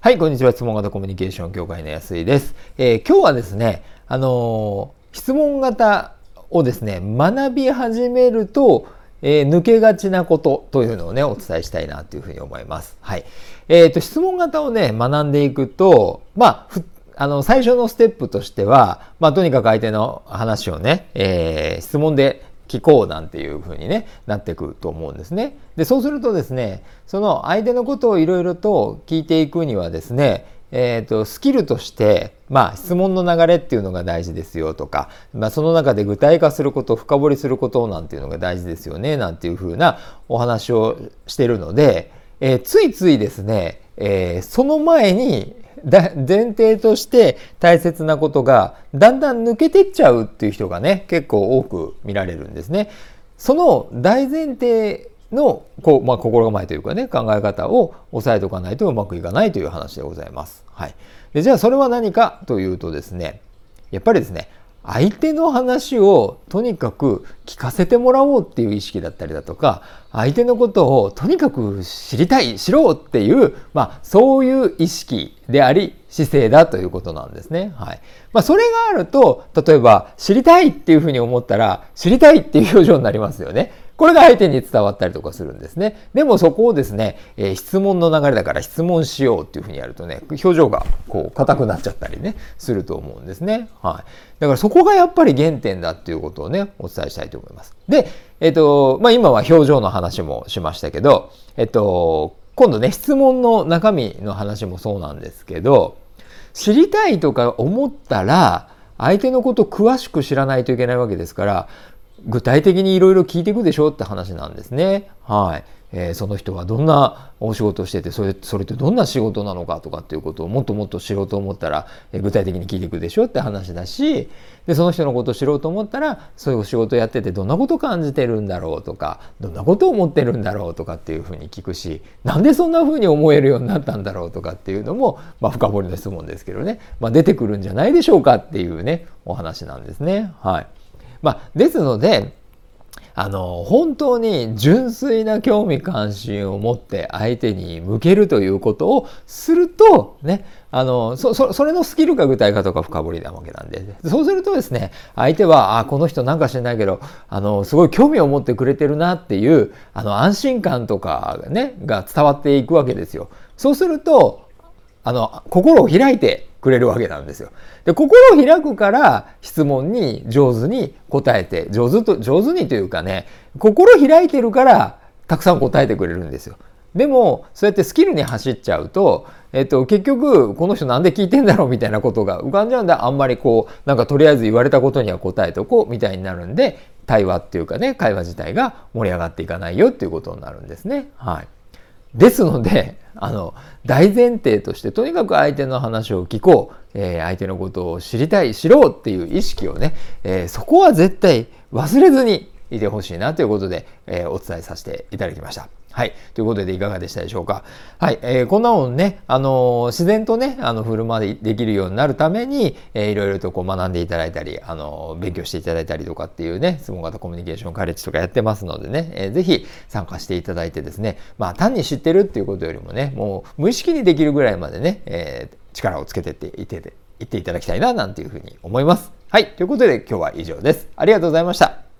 はい、こんにちは。質問型コミュニケーション協会の安井です。今日はですね、質問型をですね、学び始めると、抜けがちなことというのをね、お伝えしたいなというふうに思います。はい。質問型をね、学んでいくと、最初のステップとしては、とにかく相手の話をね、質問で聞こうなんていう風にねなってくると思うんですね。でそうするとですね、その相手のことをいろいろと聞いていくにはですね、スキルとして、質問の流れっていうのが大事ですよとか、その中で具体化すること、深掘りすることなんていうのが大事ですよねなんていう風なお話をしているので、ついついですね、その前に前提として大切なことがだんだん抜けてっちゃうっていう人がね結構多く見られるんですね。その大前提の心構えというかね考え方を押さえておかないとうまくいかないという話でございます。はい。でじゃあそれは何かというとですね、やっぱりですね、相手の話をとにかく聞かせてもらおうっていう意識だったりだとか、相手のことをとにかく知りたい、知ろうっていう、そういう意識であり姿勢だということなんですね。はい。それがあると、例えば知りたいっていうふうに思ったら、知りたいっていう表情になりますよね。これが相手に伝わったりとかするんですね。でもそこをですね、質問の流れだから質問しようっていうふうにやるとね、表情がこう硬くなっちゃったりね、すると思うんですね。はい。だからそこがやっぱり原点だっていうことをね、お伝えしたいと思います。で、今は表情の話もしましたけど、今度ね、質問の中身の話もそうなんですけど、知りたいとか思ったら、相手のことを詳しく知らないといけないわけですから、具体的にいろいろ聞いていくでしょって話なんですね。はい。その人はどんなお仕事をしてて、それってどんな仕事なのかとかっていうことをもっともっと知ろうと思ったら、具体的に聞いていくでしょって話だし、でその人のことを知ろうと思ったら、そういう仕事をやっててどんなことを感じてるんだろうとか、どんなことを思ってるんだろうとかっていうふうに聞くし、なんでそんなふうに思えるようになったんだろうとかっていうのも、深掘りの質問ですけどね、出てくるんじゃないでしょうかっていうね、お話なんですね。はい。ですので、本当に純粋な興味関心を持って相手に向けるということをすると、ね、それのスキルが具体化とか深掘りなわけなんで、そうするとですね、相手は、この人なんか知らないけど、すごい興味を持ってくれてるなっていう、安心感とかね、が伝わっていくわけですよ。そうすると、心を開いてくれるわけなんですよ。で、心を開くから質問に上手に答えて、上手にというかね、心開いてるからたくさん答えてくれるんですよ。でも、そうやってスキルに走っちゃうと、結局、この人なんで聞いてんだろうみたいなことが浮かんじゃうんで、あんまりとりあえず言われたことには答えておこうみたいになるんで、対話っていうかね、会話自体が盛り上がっていかないよっていうことになるんですね。はい。ですので、大前提としてとにかく相手の話を聞こう、相手のことを知りたい、知ろうっていう意識をね、そこは絶対忘れずにいてほしいなということで、お伝えさせていただきました。はい。ということでいかがでしたでしょうか。はい。こんなもんね、自然とね、振る舞いできるようになるために、いろいろと学んでいただいたり、勉強していただいたりとかっていうね、質問型コミュニケーションカレッジとかやってますのでね、ぜひ参加していただいてですね、単に知ってるっていうことよりもね、もう無意識にできるぐらいまでね、力をつけていっていただきたいな、なんていうふうに思います。はい。ということで今日は以上です。ありがとうございました。